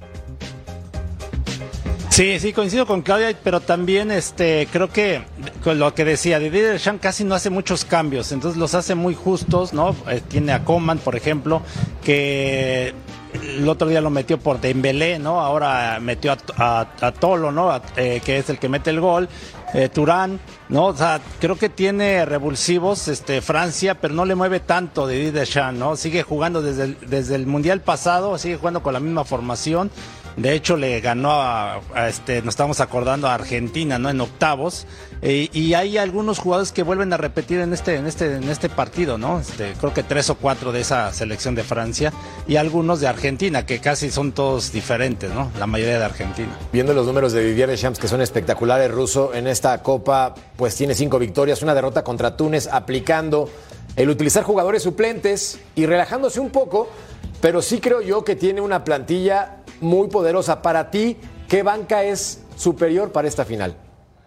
Sí, sí, coincido con Claudia, pero también este creo que con lo que decía, Didier Deschamps casi no hace muchos cambios, entonces los hace muy justos, ¿no? Eh, tiene a Coman, por ejemplo, que el otro día lo metió por Dembélé, ¿no? Ahora metió a, a, a Tolo, ¿no? A, eh, que es el que mete el gol. Eh, Turán, ¿no? O sea, creo que tiene revulsivos este, Francia, pero no le mueve tanto Didier Deschamps, ¿no? Sigue jugando desde el, desde el Mundial pasado, sigue jugando con la misma formación. De hecho, le ganó a, a este, nos estamos acordando, a Argentina, ¿no? En octavos. Eh, y hay algunos jugadores que vuelven a repetir en este, en este, en este partido, ¿no? Este, creo que tres o cuatro de esa selección de Francia y algunos de Argentina, que casi son todos diferentes, ¿no? La mayoría de Argentina. Viendo los números de Didier Deschamps, que son espectaculares, ruso, en esta Copa, pues tiene cinco victorias, una derrota contra Túnez, aplicando el utilizar jugadores suplentes y relajándose un poco, pero sí creo yo que tiene una plantilla muy poderosa. Para ti, ¿qué banca es superior para esta final?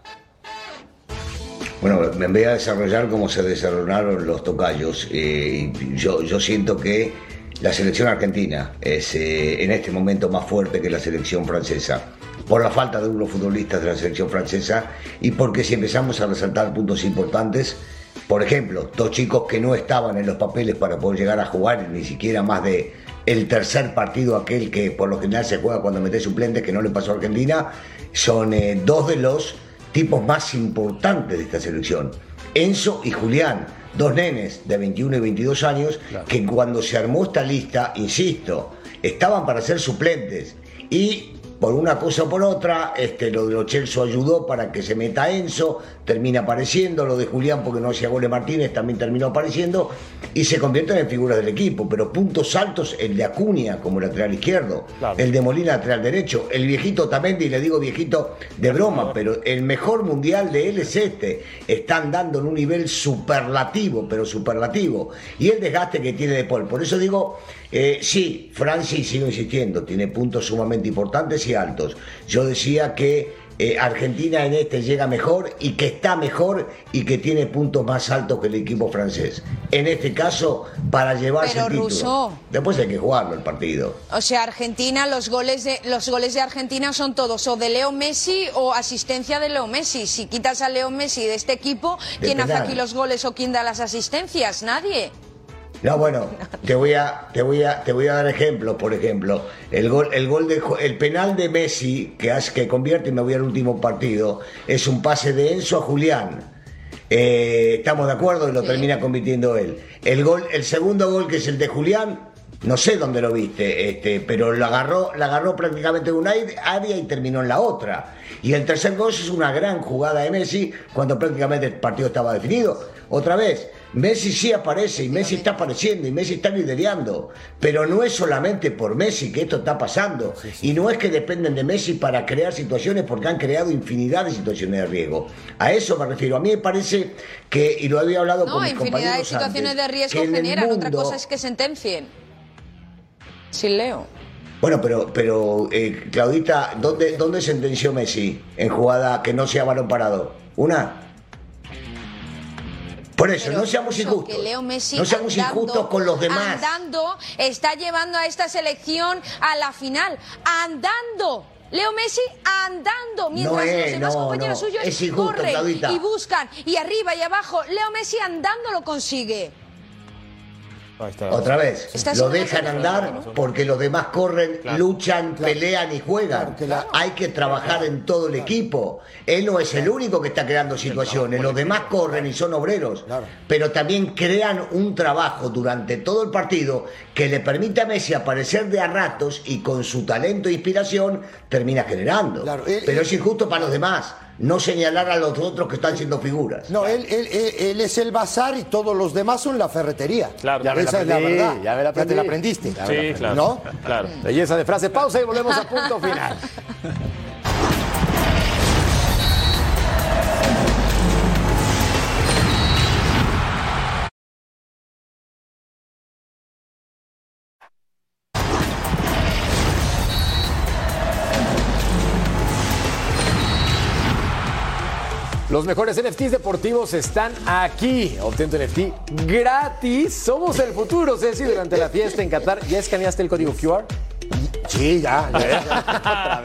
Bueno, me voy a desarrollar como se desarrollaron los tocayos. Eh, yo, yo siento que la selección argentina es eh, en este momento más fuerte que la selección francesa, por la falta de unos futbolistas de la selección francesa, y porque si empezamos a resaltar puntos importantes, por ejemplo, dos chicos que no estaban en los papeles para poder llegar a jugar ni siquiera más de el tercer partido, aquel que por lo general se juega cuando metes suplentes, que no le pasó a Argentina, son eh, dos de los tipos más importantes de esta selección, Enzo y Julián, dos nenes de veintiuno y veintidós años, claro, que cuando se armó esta lista, insisto, estaban para ser suplentes, y por una cosa o por otra, este, lo de Lo Celso ayudó para que se meta Enzo, termina apareciendo, lo de Julián porque no hacía goles Martínez también terminó apareciendo, y se convierten en figuras del equipo, pero puntos altos el de Acuña como lateral izquierdo, claro, el de Molina lateral derecho, el viejito Tamendi, le digo viejito de broma, pero el mejor mundial de él es este, están dando en un nivel superlativo, pero superlativo, y el desgaste que tiene De Paul, por eso digo, eh, sí, Francia, y sigo insistiendo, tiene puntos sumamente importantes y altos. Yo decía que eh, Argentina en este llega mejor y que está mejor y que tiene puntos más altos que el equipo francés. En este caso, para llevarse Pero, el título. Russo, después hay que jugarlo el partido. O sea, Argentina, los goles de los goles de Argentina son todos o de Leo Messi o asistencia de Leo Messi. Si quitas a Leo Messi de este equipo, ¿quién hace aquí los goles o quién da las asistencias? Nadie. No, bueno, te voy a, te voy a, te voy a dar ejemplos. Por ejemplo, el gol, el gol de, el penal de Messi que hace, que convierte, y me voy al último partido, es un pase de Enzo a Julián. Eh, estamos de acuerdo, y lo sí. termina convirtiendo él. El gol, el segundo gol, que es el de Julián, no sé dónde lo viste, este, pero lo agarró, la agarró prácticamente en una área y terminó en la otra. Y el tercer gol es una gran jugada de Messi cuando prácticamente el partido estaba definido. Otra vez, Messi sí aparece y Messi está apareciendo y Messi está liderando, pero no es solamente por Messi que esto está pasando, sí, sí. y no es que dependen de Messi para crear situaciones, porque han creado infinidad de situaciones de riesgo. A eso me refiero. A mí me parece que, y lo había hablado no, con mis compañeros infinidad de situaciones antes, de riesgo generan, mundo, otra cosa es que sentencien. Sin Leo. Bueno, pero, pero eh, Claudita, ¿dónde, ¿dónde sentenció Messi en jugada que no sea balón parado? ¿Una? Por eso, Pero no seamos eso, injustos. que Leo Messi No seamos andando, injustos con los demás. Andando, está llevando a esta selección a la final. Andando. Leo Messi andando, mientras No es, los demás no, compañeros no. suyos Es injusto, corren Claudita. y buscan, y arriba y abajo. Leo Messi andando lo consigue. Ahí está. Otra vez, Está lo siendo dejan nacional, andar ¿no? porque los demás corren, luchan, pelean y juegan. Claro, que la- Hay que trabajar en todo el equipo. Él no es el único que está creando situaciones. Los demás corren y son obreros. Claro. Pero también crean un trabajo durante todo el partido que le permite a Messi aparecer de a ratos y con su talento e inspiración termina generando. Claro, él- Pero él- es injusto para los demás. No señalar a los otros que están siendo figuras. No, él, él, él, él es el bazar y todos los demás son la ferretería. Claro. Ya me la Esa es la aprendí, verdad. ya me la aprendí. te la aprendiste. Sí, claro. ¿No? Claro. Belleza de frase. Pausa y volvemos a punto final. Los mejores N F Ts deportivos están aquí. Obtén tu N F T gratis. Somos el futuro, Ceci, durante la fiesta en Qatar. ¿Ya escaneaste el código Q R? Sí, ya. ya. Otra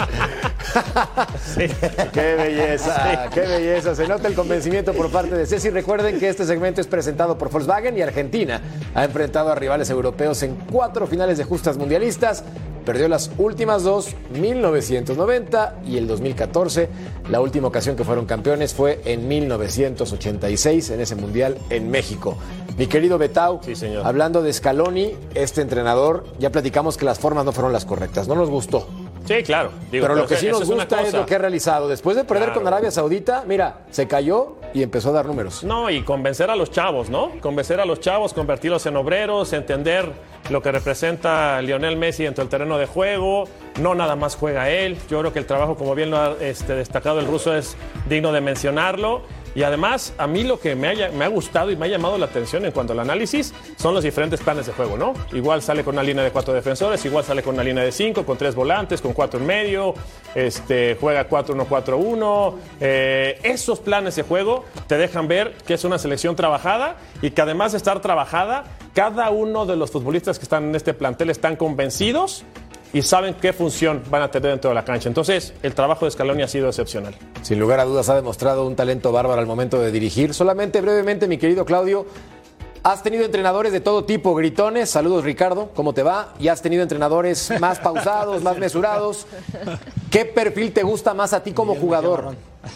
vez. Qué belleza, qué belleza. Se nota el convencimiento por parte de Ceci. Recuerden que este segmento es presentado por Volkswagen y Argentina ha enfrentado a rivales europeos en cuatro finales de justas mundialistas. Perdió las últimas dos, mil novecientos noventa y el dos mil catorce. La última ocasión que fueron campeones fue en mil novecientos ochenta y seis, en ese mundial en México. Mi querido Betau, Sí, señor. hablando de Scaloni, este entrenador, ya platicamos que las formas no fueron las correctas, no nos gustó. Sí, claro. Digo, Pero lo que sí eso nos es una gusta es cosa. lo que ha realizado. Después de perder Claro. con Arabia Saudita, mira, se cayó y empezó a dar números. No, y convencer a los chavos, ¿no? Convencer a los chavos, convertirlos en obreros, entender lo que representa Lionel Messi dentro del terreno de juego. No nada más juega él. Yo creo que el trabajo, como bien lo ha este, destacado el ruso, es digno de mencionarlo. Y además, a mí lo que me, haya, me ha gustado y me ha llamado la atención en cuanto al análisis son los diferentes planes de juego, ¿no? Igual sale con una línea de cuatro defensores, igual sale con una línea de cinco, con tres volantes, con cuatro en medio, este, juega cuatro uno cuatro uno. Eh, esos planes de juego te dejan ver que es una selección trabajada y que además de estar trabajada, cada uno de los futbolistas que están en este plantel están convencidos y saben qué función van a tener dentro de la cancha. Entonces, el trabajo de Scaloni ha sido excepcional. Sin lugar a dudas ha demostrado un talento bárbaro al momento de dirigir. Solamente brevemente, mi querido Claudio, has tenido entrenadores de todo tipo, gritones. Saludos, Ricardo, ¿cómo te va? Y has tenido entrenadores más pausados, más mesurados. ¿Qué perfil te gusta más a ti como jugador?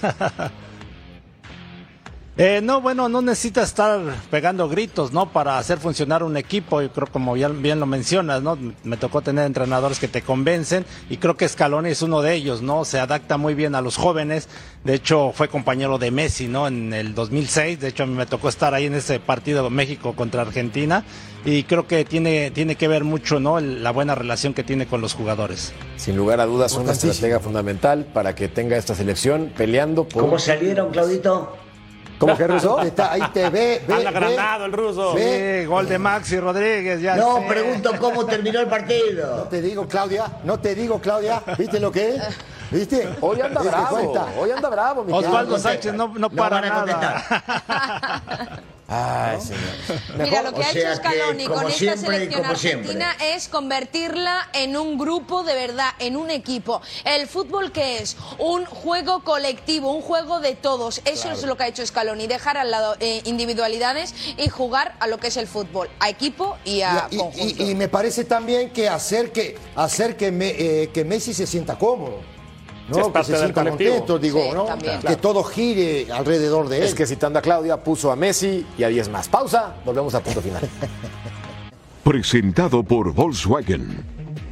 Eh, no, bueno, no necesitas estar pegando gritos, ¿no? Para hacer funcionar un equipo. Y creo, como bien, bien lo mencionas, ¿no? Me tocó tener entrenadores que te convencen y creo que Scaloni es uno de ellos, ¿no? Se adapta muy bien a los jóvenes. De hecho, fue compañero de Messi, ¿no? En el dos mil seis. De hecho, a mí me tocó estar ahí en ese partido México contra Argentina. Y creo que tiene, tiene que ver mucho, ¿no? El- la buena relación que tiene con los jugadores. Sin lugar a dudas, una Importantísimo. estratega fundamental para que tenga esta selección peleando por... ¿Cómo salieron, Claudito? ¿Cómo que, Russo? Está, ahí te ve, ve, Anda ve. agrandado el ruso. Ve. Sí, gol de Maxi Rodríguez, ya No, sé. pregunto cómo terminó el partido. No te digo, Claudia, no te digo, Claudia, ¿viste lo que es? ¿Viste? Hoy anda ¿Te diste bravo, cuenta? hoy anda bravo, mi querido. Osvaldo contesta. Sánchez no, no No para van a nada. Ay, señor. Mira, lo que O ha sea hecho Scaloni que, como con esta siempre, selección como siempre. argentina es convertirla en un grupo de verdad, en un equipo. El fútbol, ¿qué es? Un juego colectivo, un juego de todos. Eso es lo que ha hecho Scaloni, dejar al lado eh, individualidades y jugar a lo que es el fútbol, a equipo y a Y, y- conjunto. y- y me parece también que hacer que, hacer que, me- eh, que Messi se sienta cómodo. ¿no? Sí, es que parte se del sienta colectivo. contento, digo, Sí, ¿no? también. Que todo gire alrededor de él. Es que citando a Claudia, puso a Messi y a diez más. Pausa, volvemos a punto final. Presentado por Volkswagen.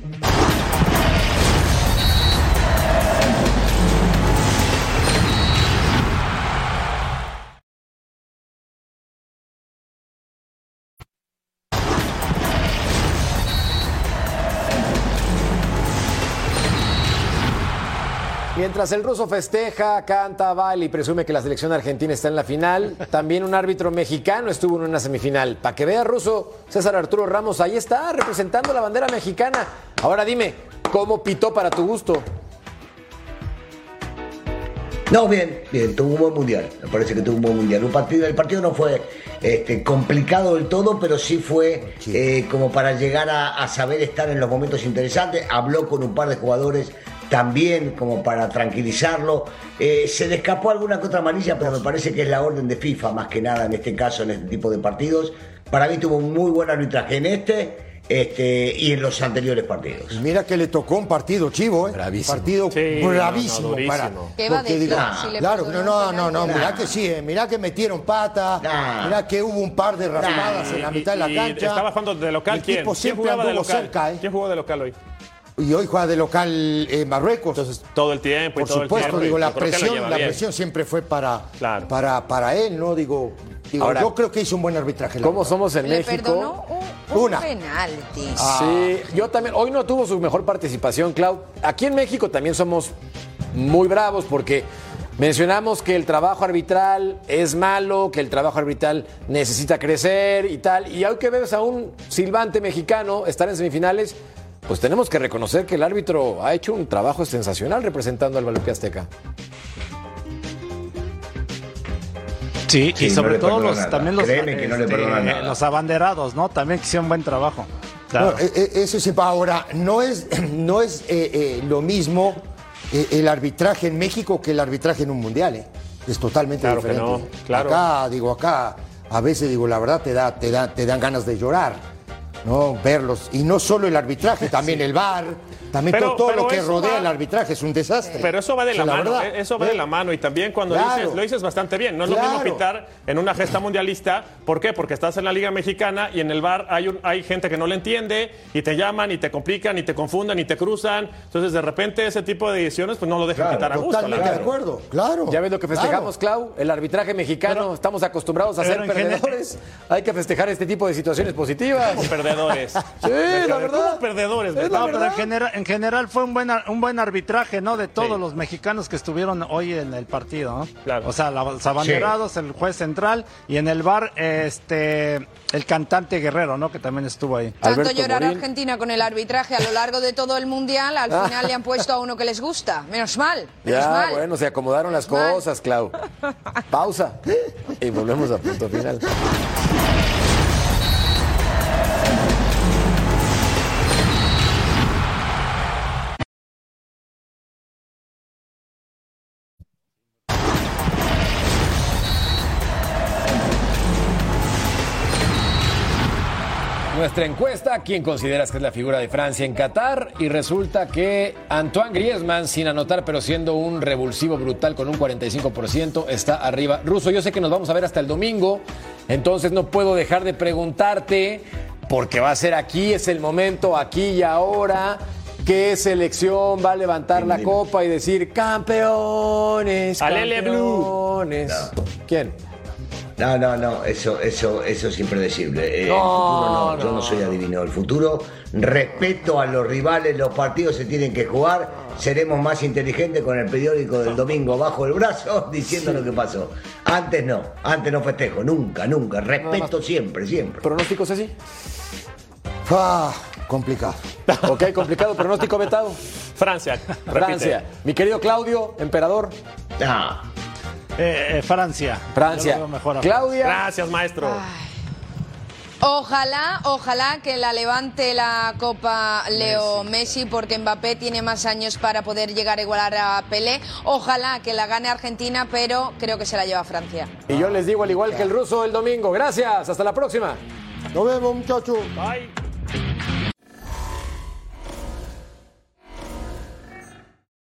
Mientras el ruso festeja, canta, baila y presume que la selección argentina está en la final, también un árbitro mexicano estuvo en una semifinal. Para que vea, ruso, César Arturo Ramos, ahí está, representando la bandera mexicana. Ahora dime, ¿cómo pitó para tu gusto? No, bien, bien, tuvo un buen mundial. Me parece que tuvo un buen mundial. Un partido, el partido no fue este, complicado del todo, pero sí fue sí. Eh, como para llegar a, a saber estar en los momentos interesantes. Habló con un par de jugadores también como para tranquilizarlo. Eh, se le escapó alguna que otra amarilla, pero me parece que es la orden de FIFA más que nada en este caso, en este tipo de partidos. Para mí tuvo un muy buen arbitraje en este. Este, y en los anteriores partidos. Mira que le tocó un partido chivo, ¿eh? Bravísimo. Partido sí, bravísimo. No, no, para, ¿Qué va a decir? digo, Si le claro, no, no, no, no, Nah. mira que sí, eh, mira que metieron pata, Nah. mira que hubo un par de raspadas Nah. en la mitad de la Y- y cancha. estaba jugando de local. El ¿Quién? tipo ¿Quién siempre jugaba de anduvo local? cerca, ¿eh? ¿Quién jugó de local hoy? Y hoy juega de local eh, Marruecos. Entonces, todo el tiempo y Por todo el supuesto, tiempo. digo, y la yo creo que lo presión, lleva la bien. presión siempre fue para, Claro. para, para él, ¿no? Digo, digo Ahora, yo creo que hizo un buen arbitraje. la ¿Cómo verdad. somos en Le México? perdonó un, un Una. penalti. Sí, yo también. Hoy no tuvo su mejor participación, Clau. Aquí en México también somos muy bravos porque mencionamos que el trabajo arbitral es malo, que el trabajo arbitral necesita crecer y tal. Y hoy que ves a un silbante mexicano estar en semifinales, pues tenemos que reconocer que el árbitro ha hecho un trabajo sensacional representando al Balompié Azteca. Sí, Sí, y no sobre le todo perdona los, nada. también los, Créeme que no le perdona nada. los abanderados, ¿no? También que hicieron buen trabajo. Claro. Bueno, eh, eh, eso sí, ahora, no es, no es eh, eh, lo mismo eh, el arbitraje en México que el arbitraje en un mundial, ¿eh? Es totalmente Claro que diferente. no, claro. Acá, digo, acá, a veces, digo, la verdad te, da, te, da, te dan ganas de llorar, ¿no? Verlos. Y no solo el arbitraje, también el V A R, también Pero- todo, todo pero lo que eso rodea va- el arbitraje es un desastre. Pero eso va de O sea, la, mano, verdad, eh, eso va ¿eh? de la mano y también cuando Claro. dices, lo dices bastante bien, no es lo Claro. mismo pitar en una gesta mundialista, ¿por qué? Porque estás en la Liga Mexicana y en el V A R hay, un- hay gente que no le entiende y te llaman y te complican y te confunden y te cruzan, entonces de repente ese tipo de decisiones pues no lo dejan Claro, pitar a gusto. Totalmente la de verdad. acuerdo, claro. Ya ves lo que festejamos, claro. Clau, el arbitraje mexicano, Pero- estamos acostumbrados a ser pero en gener- perdedores. Hay que festejar este tipo de situaciones positivas. Como perdedores. Sí, la verdad. Como perdedores, Es la ¿verdad? No, pero en verdad. general, en general fue un buen, ar- un buen arbitraje, ¿no? De todos Sí. los mexicanos que estuvieron hoy en el partido, ¿no? Claro. O sea, los abanderados, el juez central y en el V A R, este, el cantante Guerrero, ¿no? Que también estuvo ahí. Tanto Alberto llorar a Morín. Argentina con el arbitraje a lo largo de todo el mundial, al final le han puesto a uno que les gusta. Menos mal, menos Ya, mal. bueno, se acomodaron las Menos mal. cosas, Clau. Pausa. Y volvemos a punto final. Nuestra encuesta, ¿quién consideras que es la figura de Francia en Qatar? Y resulta que Antoine Griezmann, sin anotar, pero siendo un revulsivo brutal con un cuarenta y cinco por ciento, está arriba. Russo, yo sé que nos vamos a ver hasta el domingo, entonces no puedo dejar de preguntarte, porque va a ser aquí, es el momento, aquí y ahora, ¿qué selección va a levantar la copa y decir campeones, Alele Blue. campeones? ¿Quién? No, no, no, eso, eso, eso es impredecible. Eh, No, el futuro no, no. yo no soy adivino del futuro. Respeto a los rivales, los partidos se tienen que jugar. Seremos más inteligentes con el periódico del domingo bajo el brazo diciendo lo que pasó. Antes no, antes no festejo, nunca, nunca. Respeto siempre, siempre. ¿Pronósticos así? Ah, complicado. Ok, complicado, pronóstico vetado. Francia, repite. Francia. Mi querido Claudio, emperador. Ah, Eh, eh, Francia. Francia. Yo lo veo mejor a Claudia. Gracias, maestro. Ojalá, ojalá que la levante la Copa Leo Messi, porque Mbappé tiene más años para poder llegar a igualar a Pelé. Ojalá que la gane Argentina, pero creo que se la lleva Francia. Y yo les digo al igual que el ruso el domingo. Gracias, hasta la próxima. Nos vemos, muchachos. Bye.